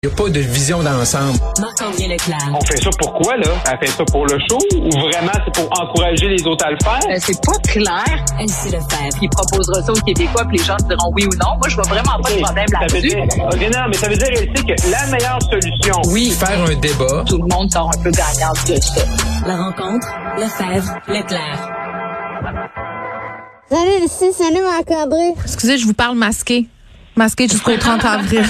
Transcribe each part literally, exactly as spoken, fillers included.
Il n'y a pas de vision d'ensemble. Marc-André Leclerc. On fait ça pourquoi, là? Elle fait ça pour le show ou vraiment c'est pour encourager les autres à le faire? Euh, c'est pas clair. Elle sait le faire. Il proposera ça aux Québécois puis les gens diront oui ou non. Moi, je vois vraiment pas okay. de problème là-dessus. Dire, okay, non, mais ça veut dire, elle sait que la meilleure solution... Oui, faire un débat. Tout le monde sort un peu gagnant de ça. La rencontre, Lefebvre, Leclerc. Salut Lucie, salut Marc-André. Excusez, je vous parle masqué. Masqué jusqu'au trente avril.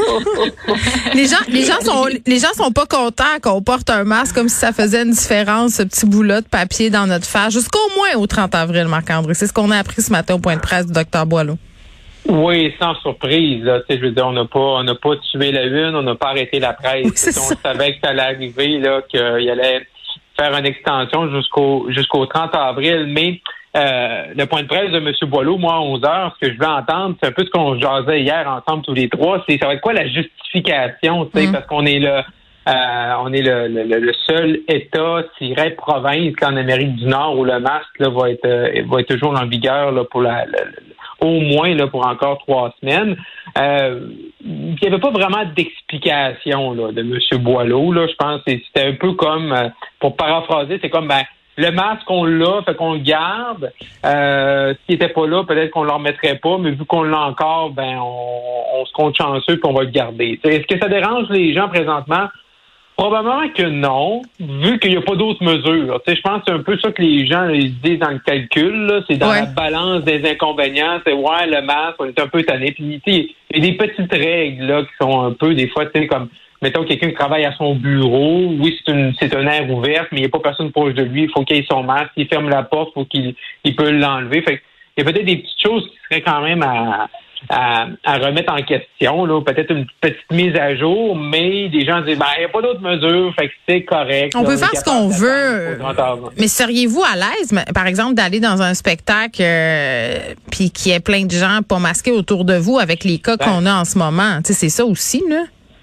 les gens, les gens sont, les gens sont pas contents qu'on porte un masque comme si ça faisait une différence, ce petit bout-là de papier dans notre face, jusqu'au moins au trente avril, Marc-André. C'est ce qu'on a appris ce matin au point de presse du docteur Boileau. Oui, sans surprise. Là, je veux dire, on n'a pas, on n'a pas tué la une, on n'a pas arrêté la presse. Oui, c'est on ça. savait que ça allait arriver, là, qu'il allait faire une extension jusqu'au jusqu'au trente avril, mais Euh, le point de presse de M. Boileau, moi, à onze heures, ce que je veux entendre, c'est un peu ce qu'on jasait hier ensemble tous les trois, c'est ça va être quoi la justification, tu sais, mmh. parce qu'on est là, euh, on est le, le, le seul État, tiret province qu'en Amérique du Nord où le masque là, va être euh, va être toujours en vigueur là, pour la, la, la au moins là pour encore trois semaines. Euh, il n'y avait pas vraiment d'explication là de M. Boileau. Là, je pense que c'était un peu comme, euh, pour paraphraser, c'est comme ben. Le masque, on l'a, fait qu'on le garde. Euh, s'il était pas là, peut-être qu'on le remettrait pas, mais vu qu'on l'a encore, ben on, on se compte chanceux puis on va le garder. T'sais, est-ce que ça dérange les gens présentement? Probablement que non, vu qu'il n'y a pas d'autres mesures. Je pense que c'est un peu ça que les gens ils se disent dans le calcul. Là. C'est dans ouais. la balance des inconvénients. C'est ouais, le masque, on est un peu tanné. Puis il y a des petites règles là qui sont un peu, des fois, tu sais, comme mettons quelqu'un qui travaille à son bureau, oui, c'est une c'est un air ouvert, mais il n'y a pas personne proche de lui, il faut qu'il ait son masque, s'il ferme la porte, il faut qu'il il peut l'enlever. Fait il y a peut-être des petites choses qui seraient quand même à, à, à remettre en question, là, peut-être une petite mise à jour, mais des gens disent ben il n'y a pas d'autres mesures, fait que c'est correct. On là, peut faire ce qu'on veut. Mais seriez-vous à l'aise, par exemple, d'aller dans un spectacle euh, puis qu'il y ait plein de gens pas masqués autour de vous avec les cas ben, qu'on a en ce moment? Tu sais, c'est ça aussi, là.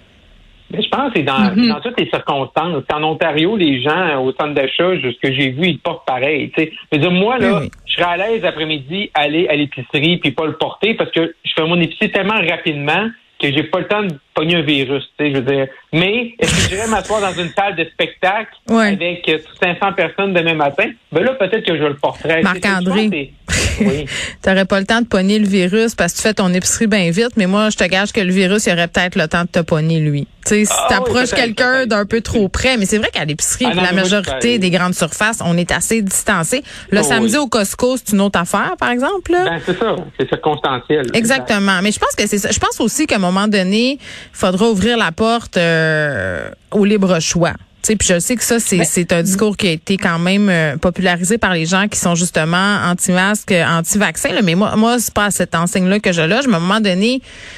Mais je pense que c'est dans, mm-hmm. dans toutes les circonstances. En Ontario, les gens au centre d'achat, ce que j'ai vu, ils portent pareil. Tu sais, je veux dire, moi là, oui, oui. je serais à l'aise l'après-midi aller à l'épicerie puis pas le porter parce que je fais mon épicerie tellement rapidement que j'ai pas le temps de pogner un virus. Tu sais, je veux dire. Mais est-ce que j'irais m'asseoir dans une salle de spectacle ouais. avec cinq cents personnes demain matin? Ben là, peut-être que je le porterais. Marc-André. Oui. T'aurais pas le temps de pogner le virus parce que tu fais ton épicerie bien vite, mais moi, je te gage que le virus, il aurait peut-être le temps de te pogner, lui. Tu sais, si ah, t'approches oui, quelqu'un d'un peu trop près, mais c'est vrai qu'à l'épicerie, ah, non, la majorité des grandes surfaces, on est assez distancés. Le oh, samedi oui. au Costco, c'est une autre affaire, par exemple. Là. Ben, c'est ça. C'est circonstanciel. Exactement. Mais je pense que c'est ça. Je pense aussi qu'à un moment donné, il faudra ouvrir la porte euh, au libre choix. Puis je sais que ça, c'est, Mais, c'est un discours qui a été quand même euh, popularisé par les gens qui sont justement anti-masques, anti-vaccins. Là. Mais moi, moi, c'est pas à cette enseigne-là que je loge. Mais à un moment donné,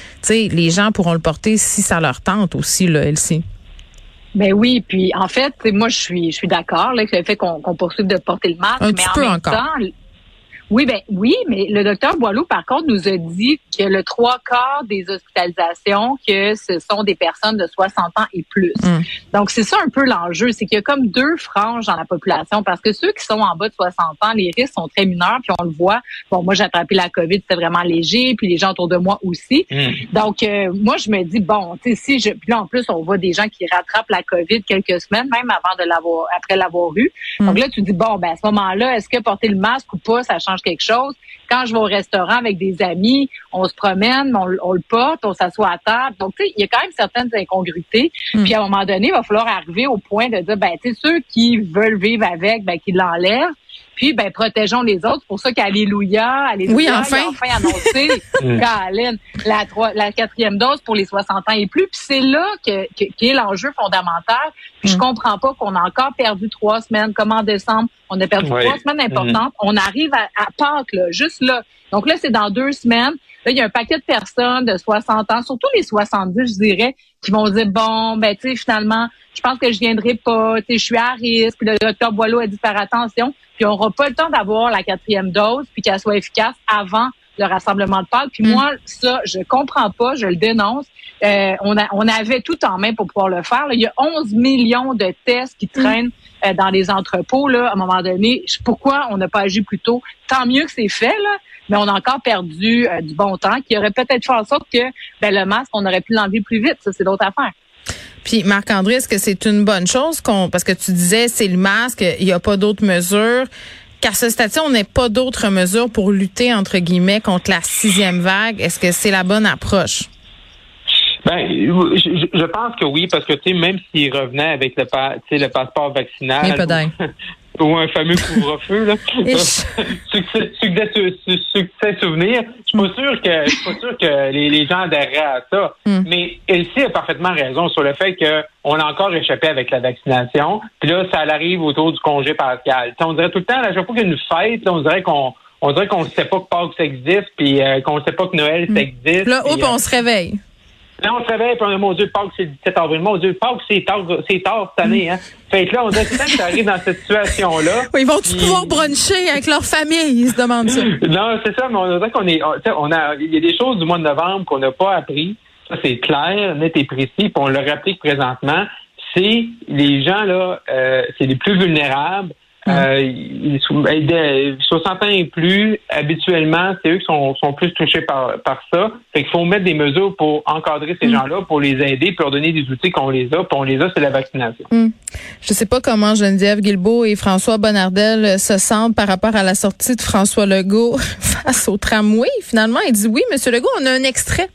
les gens pourront le porter si ça leur tente aussi, là, Elsie. Ben oui, puis en fait, moi, je suis je suis d'accord là, avec le fait qu'on, qu'on poursuive de porter le masque. Un mais petit en peu même encore. temps, oui, ben oui, mais le docteur Boileau, par contre, nous a dit que le trois quarts des hospitalisations, que ce sont des personnes de soixante ans et plus. Mm. Donc, c'est ça un peu l'enjeu, c'est qu'il y a comme deux franges dans la population, parce que ceux qui sont en bas de soixante ans, les risques sont très mineurs, puis on le voit. Bon, moi, j'ai attrapé la COVID, c'était vraiment léger, puis les gens autour de moi aussi. Mm. Donc, euh, moi, je me dis, bon, tu sais, si je... Puis là, en plus, on voit des gens qui rattrapent la COVID quelques semaines, même avant de l'avoir, après l'avoir eu. Mm. Donc là, tu dis, bon, ben à ce moment-là, est-ce que porter le masque ou pas, ça change quelque chose. Quand je vais au restaurant avec des amis, on se promène, on, on le porte, on s'assoit à table. Donc, tu sais, il y a quand même certaines incongruités. Mm. Puis, à un moment donné, il va falloir arriver au point de dire, ben, tu sais, ceux qui veulent vivre avec, ben, qu'ils l'enlèvent. Puis, ben, protégeons les autres. C'est pour ça qu'Alléluia, Alléluia, oui, enfin. il a enfin annoncé, Caroline, la, trois, la quatrième dose pour les soixante ans et plus. Puis c'est là que, que, qu'est l'enjeu fondamental. Puis mm. je comprends pas qu'on a encore perdu trois semaines, comme en décembre. On a perdu oui. trois semaines importantes. Mm. On arrive à, à Pâques, là, juste là. Donc là, c'est dans deux semaines. Là, il y a un paquet de personnes de soixante ans, surtout les soixante-dix, je dirais, qui vont dire, bon, ben, tu sais, finalement, je pense que je viendrai pas, tu sais, je suis à risque. Puis le docteur Boileau a dit faire attention. Puis on n'aura pas le temps d'avoir la quatrième dose puis qu'elle soit efficace avant le rassemblement de Pâques. Puis mmh. moi, ça, je comprends pas, je le dénonce. Euh, on, a, on avait tout en main pour pouvoir le faire. Là. Il y a onze millions de tests qui traînent mmh. euh, dans les entrepôts. Là, à un moment donné, pourquoi on n'a pas agi plus tôt? Tant mieux que c'est fait, là, mais on a encore perdu euh, du bon temps qui aurait peut-être fait en sorte que ben, le masque, on aurait pu l'enlever plus vite. Ça, c'est d'autres affaires. Puis, Marc-André, est-ce que c'est une bonne chose qu'on, parce que tu disais, c'est le masque, il n'y a pas d'autres mesures, qu'à ce stade-ci, on n'ait pas d'autres mesures pour lutter, entre guillemets, contre la sixième vague. Est-ce que c'est la bonne approche? Ben, je, je pense que oui, parce que, tu sais, même s'il revenait avec le, pa- le passeport vaccinal ou, ou un fameux couvre-feu, là, succès, succès, succès souvenir, je suis pas sûr que, je suis pas sûr que les, les gens adhéreraient à ça. Mm. Mais Elsie a parfaitement raison sur le fait qu'on a encore échappé avec la vaccination. Puis là, ça arrive autour du congé pascal. T'sais, on dirait tout le temps, à chaque fois qu'il y a une fête, là, on dirait qu'on on dirait qu'on ne sait pas que Pâques ça existe, puis euh, qu'on ne sait pas que Noël ça existe. Là, hop, euh, on se réveille. Là, on se réveille, puis on dit, mon Dieu, Pâques, c'est le dix-sept avril. Mon Dieu, Pâques, c'est tard, c'est tard cette année, hein. Fait que là, on dirait tout le temps que ça arrive dans cette situation-là. Oui, ils vont-tu puis... pouvoir bruncher avec leur famille? Ils se demandent ça. Non, c'est ça, mais on dirait qu'on est, on, on a, il y a des choses du mois de novembre qu'on n'a pas appris. Ça, c'est clair, net et précis, puis on le rapplique présentement. C'est les gens, là, euh, c'est les plus vulnérables. Euh, ils, soixante ans et plus, habituellement, c'est eux qui sont, sont plus touchés par, par ça. Fait qu'il faut mettre des mesures pour encadrer ces mm. gens-là, pour les aider, pour leur donner des outils qu'on les a. Puis on les a, c'est la vaccination. Mm. Je sais pas comment Geneviève Guilbeault et François Bonnardel se sentent par rapport à la sortie de François Legault face au tramway. Finalement, il dit oui, Monsieur Legault, on a un extrait.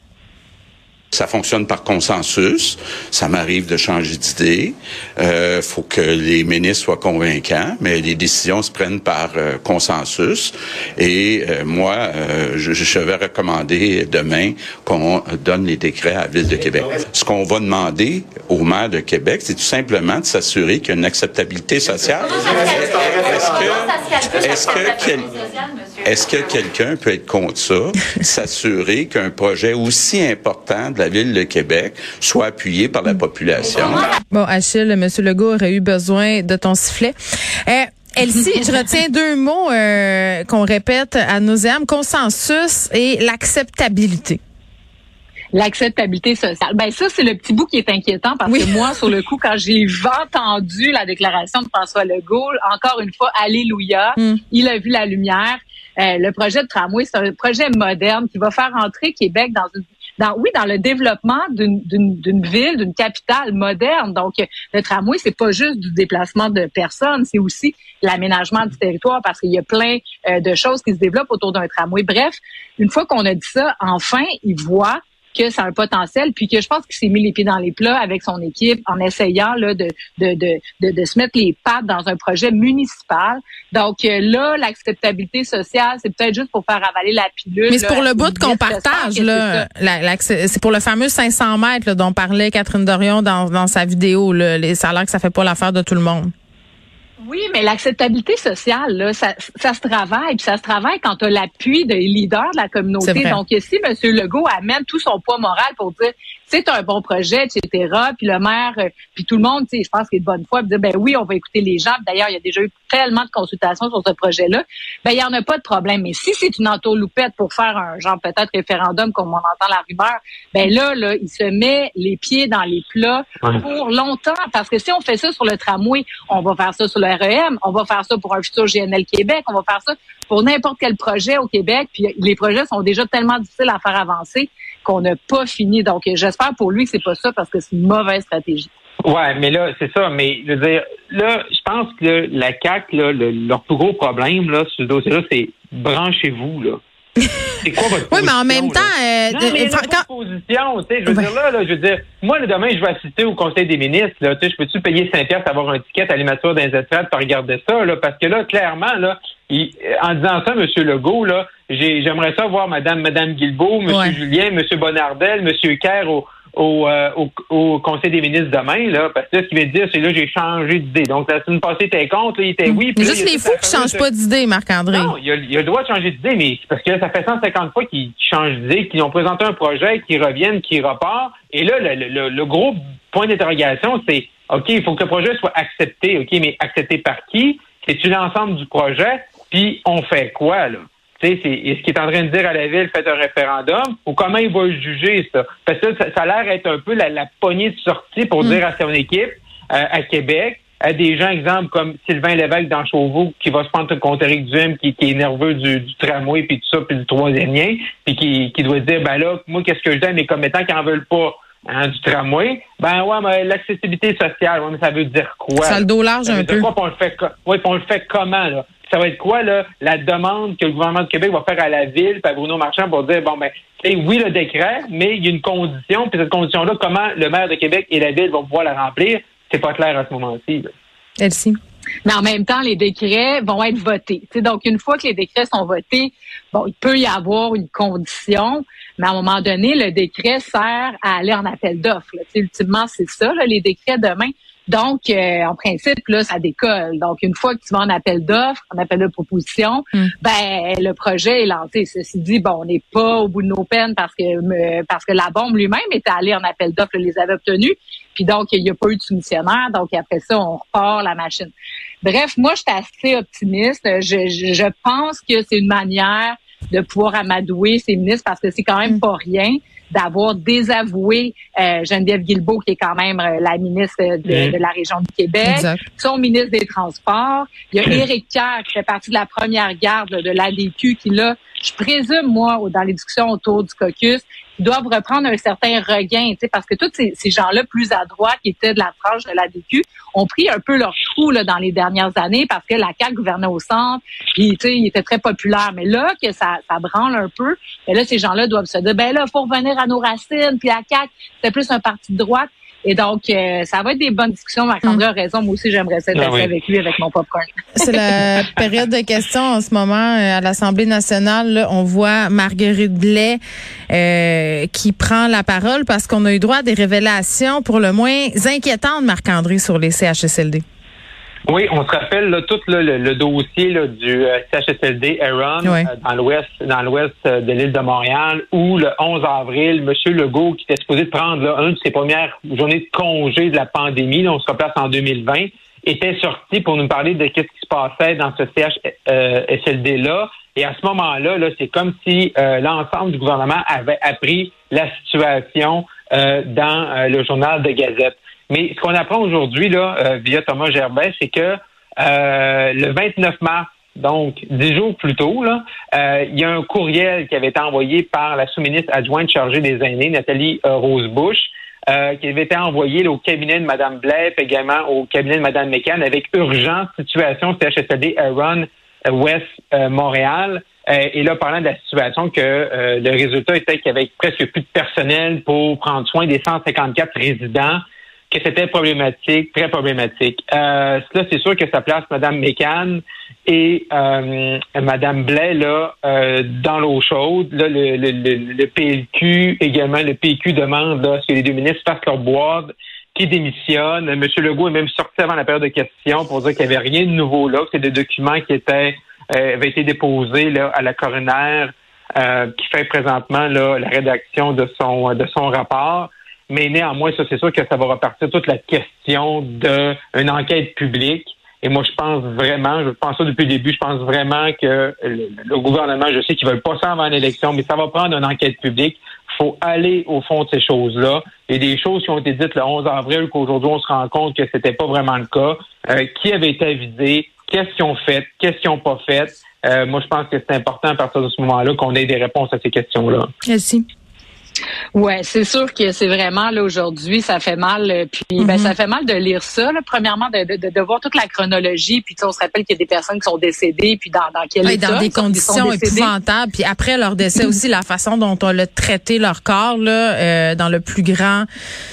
Ça fonctionne par consensus. Ça m'arrive de changer d'idée. Euh, faut que les ministres soient convaincants, mais les décisions se prennent par euh, consensus. Et euh, moi, euh, je, je vais recommander demain qu'on donne les décrets à la Ville de Québec. Ce qu'on va demander au maire de Québec, c'est tout simplement de s'assurer qu'il y a une acceptabilité sociale. Est-ce que, est-ce que, quel, est-ce que quelqu'un peut être contre ça, s'assurer qu'un projet aussi important de la Ville de Québec soit appuyé par la population? Bon, Achille, M. Legault aurait eu besoin de ton sifflet. Euh, Elsie, je retiens deux mots euh, qu'on répète à nauséam, consensus et l'acceptabilité. L'acceptabilité sociale. Ben ça, c'est le petit bout qui est inquiétant parce oui. que moi, sur le coup, quand j'ai entendu la déclaration de François Legault, encore une fois, alléluia, mm. il a vu la lumière. Euh, le projet de tramway, c'est un projet moderne qui va faire entrer Québec dans une Dans, oui, dans le développement d'une, d'une, d'une ville, d'une capitale moderne. Donc, le tramway, c'est pas juste du déplacement de personnes, c'est aussi l'aménagement du territoire parce qu'il y a plein euh, de choses qui se développent autour d'un tramway. Bref, une fois qu'on a dit ça, enfin, ils voient que ça a un potentiel, puis que je pense qu'il s'est mis les pieds dans les plats avec son équipe en essayant là de de de de, de se mettre les pattes dans un projet municipal. Donc euh, là, l'acceptabilité sociale, c'est peut-être juste pour faire avaler la pilule. Mais c'est là, pour le bout qu'on partage là. La, la, c'est pour le fameux cinq cents mètres là, dont parlait Catherine Dorion dans dans sa vidéo. Là, les salaires que ça fait pas l'affaire de tout le monde. Oui, mais l'acceptabilité sociale, là, ça, ça se travaille, puis ça se travaille quand tu as l'appui des leaders de la communauté. Donc, si M. Legault amène tout son poids moral pour dire c'est un bon projet, et cetera, puis le maire, euh, puis tout le monde, tu sais, je pense qu'il est de bonne foi, puis dire ben oui, on va écouter les gens. D'ailleurs, il y a déjà eu tellement de consultations sur ce projet-là. Ben il y en a pas de problème. Mais si c'est une entourloupette pour faire un genre peut-être référendum comme on entend la rumeur, ben là, là, il se met les pieds dans les plats ouais. pour longtemps. Parce que si on fait ça sur le tramway, on va faire ça sur le R E M, on va faire ça pour un futur G N L Québec, on va faire ça pour n'importe quel projet au Québec. Puis les projets sont déjà tellement difficiles à faire avancer qu'on n'a pas fini. Donc, j'espère pour lui que c'est pas ça parce que c'est une mauvaise stratégie. Ouais, mais là, c'est ça. Mais je veux dire, là, je pense que là, la C A Q, là, le, leur plus gros problème là, sur ce dossier-là, c'est branchez-vous, là. C'est quoi votre position? Oui, mais en même temps, euh, non, mais quand... votre position, tu sais, je veux ouais. dire là, là, je veux dire, moi, là, demain, je vais assister au Conseil des ministres, là, tu sais, je peux-tu payer cinq piastres avoir un ticket à l'immature d'un estrades pour regarder ça, là, parce que là, clairement, là, il, en disant ça, M. Legault, là, j'ai, j'aimerais ça voir Madame, Madame Guilbeault, M. Ouais. Julien, M. Bonnardel, M. Kerr au Au, euh, au, au Conseil des ministres demain, là, parce que là, ce qu'il veut dire, c'est là, j'ai changé d'idée. Donc, la semaine passée, t'es contre, là, il était oui. Mais juste les fous qui changent pas d'idée, Marc-André. Non, il a, il a le droit de changer d'idée, mais c'est parce que là, ça fait cent cinquante fois qu'ils changent d'idée, qu'ils ont présenté un projet, qu'ils reviennent, qu'ils repartent. Et là, le, le, le gros point d'interrogation, c'est, OK, il faut que le projet soit accepté. OK, mais accepté par qui? C'est-tu l'ensemble du projet? Puis, on fait quoi, là? C'est, est-ce qu'il est en train de dire à la Ville, faites un référendum, ou comment il va juger ça? Parce que ça, ça a l'air être un peu la, la poignée de sortie pour mm. dire à son équipe, euh, à Québec, à des gens, exemple, comme Sylvain Lévesque dans Chauveau, qui va se prendre contre Éric Duhem, qui, qui est nerveux du, du tramway, puis tout ça, puis du troisième lien, puis qui, qui doit dire, ben là, moi, qu'est-ce que je dis à mes commettants qui en veulent pas? hein, du tramway. Ben ouais, mais l'accessibilité sociale, ouais, mais ça veut dire quoi? Ça a le dos large ça un peu. Quoi, on le fait, ouais, on le fait comment, là? Ça va être quoi, là, la demande que le gouvernement du Québec va faire à la ville, puis à Bruno Marchand pour dire, bon, ben, c'est oui, le décret, mais il y a une condition, puis cette condition-là, comment le maire de Québec et la ville vont pouvoir la remplir, c'est pas clair à ce moment-ci. Là. Elsie. Mais en même temps, les décrets vont être votés. T'sais, donc, une fois que les décrets sont votés, bon, il peut y avoir une condition, mais à un moment donné, le décret sert à aller en appel d'offres. Là. Ultimement, c'est ça, là, les décrets demain. Donc, euh, en principe, là, ça décolle. Donc, une fois que tu vas en appel d'offres, en appel de proposition, mm. ben le projet est lancé. Ceci dit, bon, on n'est pas au bout de nos peines parce que me, parce que la bombe lui-même était allée en appel d'offres, les avait obtenus. Puis donc, il n'y a pas eu de soumissionnaire. Donc, après ça, on repart la machine. Bref, moi, je suis assez optimiste. Je, je, je pense que c'est une manière de pouvoir amadouer ces ministres parce que c'est quand même mm. pas rien d'avoir désavoué euh, Geneviève Guilbeault, qui est quand même euh, la ministre de, de la région du Québec, exact. Son ministre des Transports. Il y a Éric Kerr, qui fait partie de la première garde là, de l'A D Q, qui là, je présume, moi, dans les discussions autour du caucus, ils doivent reprendre un certain regain, tu sais, parce que tous ces, ces gens-là plus à droite qui étaient de la frange de l'A D Q ont pris un peu leur trou là, dans les dernières années parce que la C A Q gouvernait au centre, puis tu sais, ils étaient très populaires. Mais là, que ça, ça branle un peu, et là, ces gens-là doivent se dire, ben là, faut revenir à nos racines, puis la C A Q, c'était plus un parti de droite. Et donc, euh, ça va être des bonnes discussions. Marc-André a raison. Moi aussi, j'aimerais ça être ah oui. avec lui, avec mon popcorn. C'est la période de questions en ce moment à l'Assemblée nationale. Là, on voit Marguerite Blais euh, qui prend la parole parce qu'on a eu droit à des révélations pour le moins inquiétantes, Marc-André, sur les C H S L D. Oui, on se rappelle là, tout là, le, le dossier là, du euh, C H S L D Aaron oui. euh, dans l'ouest dans l'ouest euh, de l'île de Montréal, où le onze avril, M. Legault, qui était supposé de prendre là, une de ses premières journées de congé de la pandémie, là, on se replace en deux mille vingt, était sorti pour nous parler de ce qui se passait dans ce C H S L D-là. Et à ce moment-là, là, c'est comme si euh, l'ensemble du gouvernement avait appris la situation euh, dans euh, le journal de Gazette. Mais ce qu'on apprend aujourd'hui là euh, via Thomas Gerbet, c'est que euh, le vingt-neuf mars, donc dix jours plus tôt, là, euh, il y a un courriel qui avait été envoyé par la sous-ministre adjointe chargée des aînés, Nathalie euh, Rosebush, euh, qui avait été envoyé là, au cabinet de Mme Blais, puis également au cabinet de Mme McCann, avec urgence situation C H S L D Aaron euh, Ouest euh, Montréal. Euh, et là, parlant de la situation que euh, le résultat était qu'il y avait presque plus de personnel pour prendre soin des cent cinquante-quatre résidents, que c'était problématique, très problématique. Euh, là, c'est sûr que ça place Mme McCann et euh, Mme Blais là euh, dans l'eau chaude. Là, le, le, le, le P L Q, également, le P Q demande là, que les deux ministres fassent leur boîte, qui démissionnent. M. Legault est même sorti avant la période de questions pour dire qu'il n'y avait rien de nouveau là, que c'est des documents qui étaient euh, avaient été déposés là à la coroner euh, qui fait présentement là la rédaction de son de son rapport. Mais néanmoins, ça, c'est sûr que ça va repartir toute la question d'une enquête publique. Et moi, je pense vraiment, je pense ça depuis le début, je pense vraiment que le, le gouvernement, je sais qu'ils veulent pas ça avant l'élection, mais ça va prendre une enquête publique. Il faut aller au fond de ces choses-là. Il y a des choses qui ont été dites le onze avril qu'aujourd'hui, on se rend compte que c'était pas vraiment le cas. Euh, qui avait été avisé? Qu'est-ce qu'ils ont fait? Qu'est-ce qu'ils n'ont pas fait? Euh, moi, je pense que c'est important à partir de ce moment-là qu'on ait des réponses à ces questions-là. Merci. Ouais, c'est sûr que c'est vraiment là aujourd'hui, ça fait mal. Puis mm-hmm. ben ça fait mal de lire ça. Là. Premièrement, de, de, de voir toute la chronologie. Puis on se rappelle qu'il y a des personnes qui sont décédées. Puis dans dans quel ouais, état dans des conditions épouvantables. Puis après leur décès aussi, la façon dont on a traité leur corps là, euh, dans le plus grand.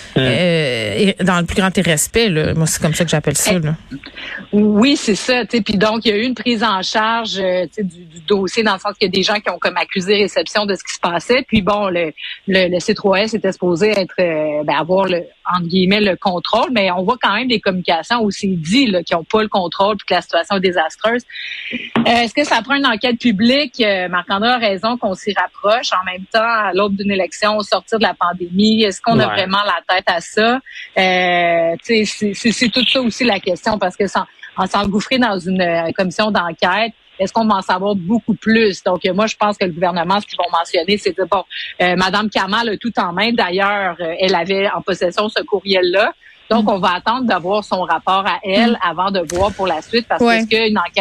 Euh, dans le plus grand irrespect, là. Moi, c'est comme ça que j'appelle ça. Là. Oui, c'est ça. Puis donc, il y a eu une prise en charge euh, du, du dossier dans le sens qu'il y a des gens qui ont comme accusé réception de ce qui se passait. Puis bon, le, le, le C trois S était supposé être euh, ben, avoir le entre guillemets le contrôle, mais on voit quand même des communications où c'est dit là, qu'ils n'ont pas le contrôle puis que la situation est désastreuse. Euh, est-ce que ça prend une enquête publique? Euh, Marc-André a raison qu'on s'y rapproche. En même temps, à l'aube d'une élection, au sortir de la pandémie, est-ce qu'on ouais. a vraiment la tête à ça? Euh, c'est, c'est, c'est tout ça aussi la question, parce que sans, en s'engouffrer dans une euh, commission d'enquête, est-ce qu'on va en savoir beaucoup plus? Donc, euh, moi, je pense que le gouvernement, ce qu'ils vont mentionner, c'est de, bon, euh, Mme Kamal a tout en main. D'ailleurs, euh, elle avait en possession ce courriel-là. Donc, mm. on va attendre d'avoir son rapport à elle mm. avant de voir pour la suite, parce ouais. que est-ce qu'une enquête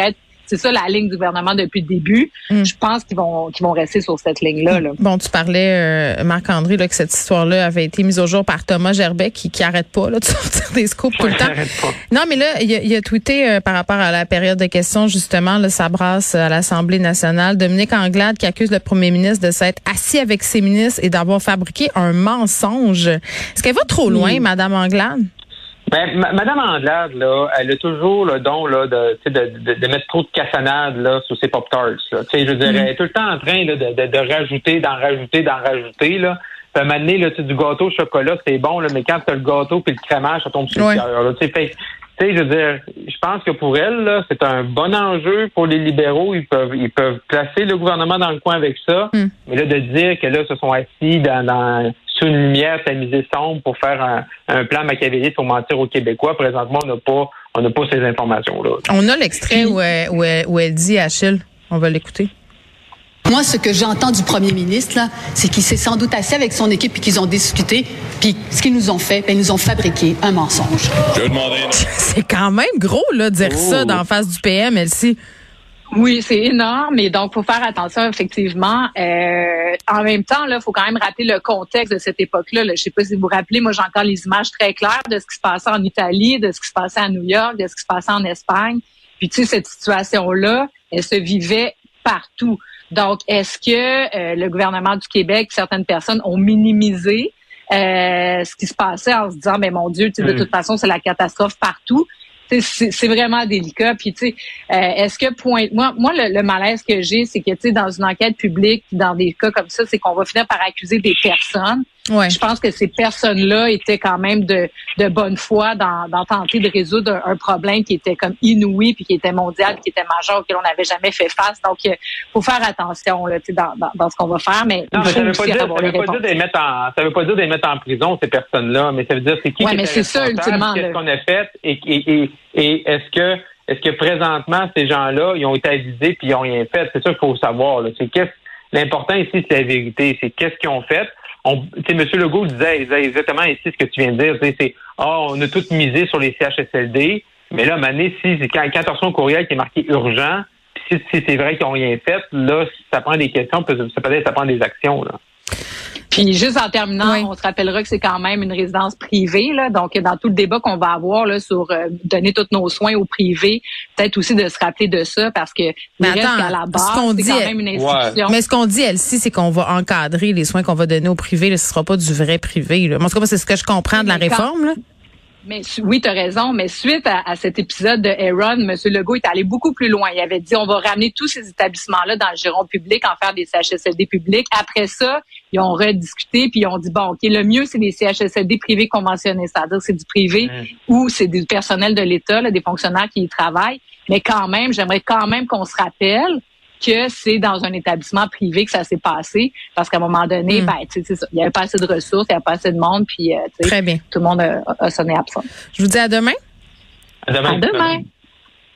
c'est ça la ligne du gouvernement depuis le début. Mm. Je pense qu'ils vont qu'ils vont rester sur cette ligne-là. Là. Bon, tu parlais, euh, Marc-André, là, que cette histoire-là avait été mise au jour par Thomas Gerbet, qui, qui arrête pas là, de sortir des scoops tout le temps. Non, mais là, il a, il a tweeté euh, par rapport à la période de questions, justement, là, ça brasse à l'Assemblée nationale. Dominique Anglade qui accuse le premier ministre de s'être assis avec ses ministres et d'avoir fabriqué un mensonge. Est-ce qu'elle va trop loin, oui. Madame Anglade? Ben, ma- Madame Anglade, là, elle a toujours le don là, de, de, de, de mettre trop de cassonade là, sur ses Pop-Tarts. Là. Je veux dire, mm. elle est tout le temps en train là, de, de, de rajouter, d'en rajouter, d'en rajouter. Là. Puis à un moment donné, là, du gâteau au chocolat, c'est bon, là, mais quand tu as le gâteau puis le crémage, ça tombe sur ouais. le cœur. Là, fait, tu sais, je veux dire, je pense que pour elle, là, c'est un bon enjeu pour les libéraux. Ils peuvent, ils peuvent placer le gouvernement dans le coin avec ça. Mm. Mais là, de dire que là, se sont assis dans, dans sous une lumière tamisée sombre pour faire un, un plan machiavélique pour mentir aux Québécois, présentement, on n'a pas, on n'a pas ces informations-là. On a l'extrait où elle, où elle, où elle dit à Achille. On va l'écouter. Moi, ce que j'entends du premier ministre, là, c'est qu'il s'est sans doute assis avec son équipe et qu'ils ont discuté. Puis, ce qu'ils nous ont fait, ben, ils nous ont fabriqué un mensonge. C'est quand même gros, là, de dire oh. ça d'en face du P M, Elsie. Oui, c'est énorme. Et donc, faut faire attention, effectivement. Euh, en même temps, là, faut quand même rappeler le contexte de cette époque-là. Là. Je sais pas si vous vous rappelez, moi, j'ai encore les images très claires de ce qui se passait en Italie, de ce qui se passait à New York, de ce qui se passait en Espagne. Puis, tu sais, cette situation-là, elle se vivait partout. Donc, est-ce que euh, le gouvernement du Québec, certaines personnes ont minimisé euh, ce qui se passait en se disant, mais mon Dieu, tu sais, de toute façon, c'est la catastrophe partout. C'est, c'est vraiment délicat. Puis, tu sais, euh, est-ce que point, moi, moi, le, le malaise que j'ai, c'est que, tu sais, dans une enquête publique, dans des cas comme ça, c'est qu'on va finir par accuser des personnes. Ouais. Je pense que ces personnes-là étaient quand même de, de bonne foi dans, dans tenter de résoudre un, un problème qui était comme inouï puis qui était mondial, qui était majeur, auquel on n'avait jamais fait face. Donc, il faut faire attention là, tu sais, dans, dans, dans ce qu'on va faire. Mais non, mais ça veut pas dire, ça veut pas dire de les mettre en, ça veut pas dire de les mettre en prison ces personnes-là, mais ça veut dire c'est qui ouais, qui mais est c'est ça, ultimement, qu'est-ce qu'on a fait et, et, et, et est-ce que est-ce que présentement ces gens-là ils ont été avisés puis ils ont rien fait. C'est ça qu'il faut savoir. Là. C'est qu'est-ce l'important ici, c'est la vérité. C'est qu'est-ce qu'ils ont fait. On, tu sais, M. Legault disait, disait exactement ici ce que tu viens de dire. C'est, oh, on a tout misé sur les C H S L D, mais là, Mané, si, quand, quand tu reçois un courriel qui est marqué urgent, si, si c'est vrai qu'ils n'ont rien fait, là, ça prend des questions, ça peut-être ça prend des actions, là. Puis juste en terminant, oui. on se rappellera que c'est quand même une résidence privée, là. Donc, dans tout le débat qu'on va avoir là sur euh, donner tous nos soins au privé, peut-être aussi de se rappeler de ça parce que mais reste attends, qu'à la base, ce qu'on c'est dit, quand même une institution. Ouais. Mais ce qu'on dit, Elsie, c'est qu'on va encadrer les soins qu'on va donner au privé. Là, ce sera pas du vrai privé. Là. En tout cas, c'est ce que je comprends de la réforme. Là. Mais oui, tu as raison, mais suite à, à cet épisode de Aaron, M. Legault est allé beaucoup plus loin. Il avait dit on va ramener tous ces établissements-là dans le giron public, en faire des C H S L D publics. Après ça, ils ont rediscuté puis ils ont dit bon, OK, le mieux c'est des C H S L D privés conventionnés, c'est-à-dire que c'est du privé mmh. ou c'est du personnel de l'État, là, des fonctionnaires qui y travaillent. Mais quand même, j'aimerais quand même qu'on se rappelle que c'est dans un établissement privé que ça s'est passé, parce qu'à un moment donné, mmh. ben, tu sais, il y avait pas assez de ressources, il y avait pas assez de monde, puis euh, très bien. Tout le monde a, a sonné absent. Je vous dis à demain. À demain. À demain.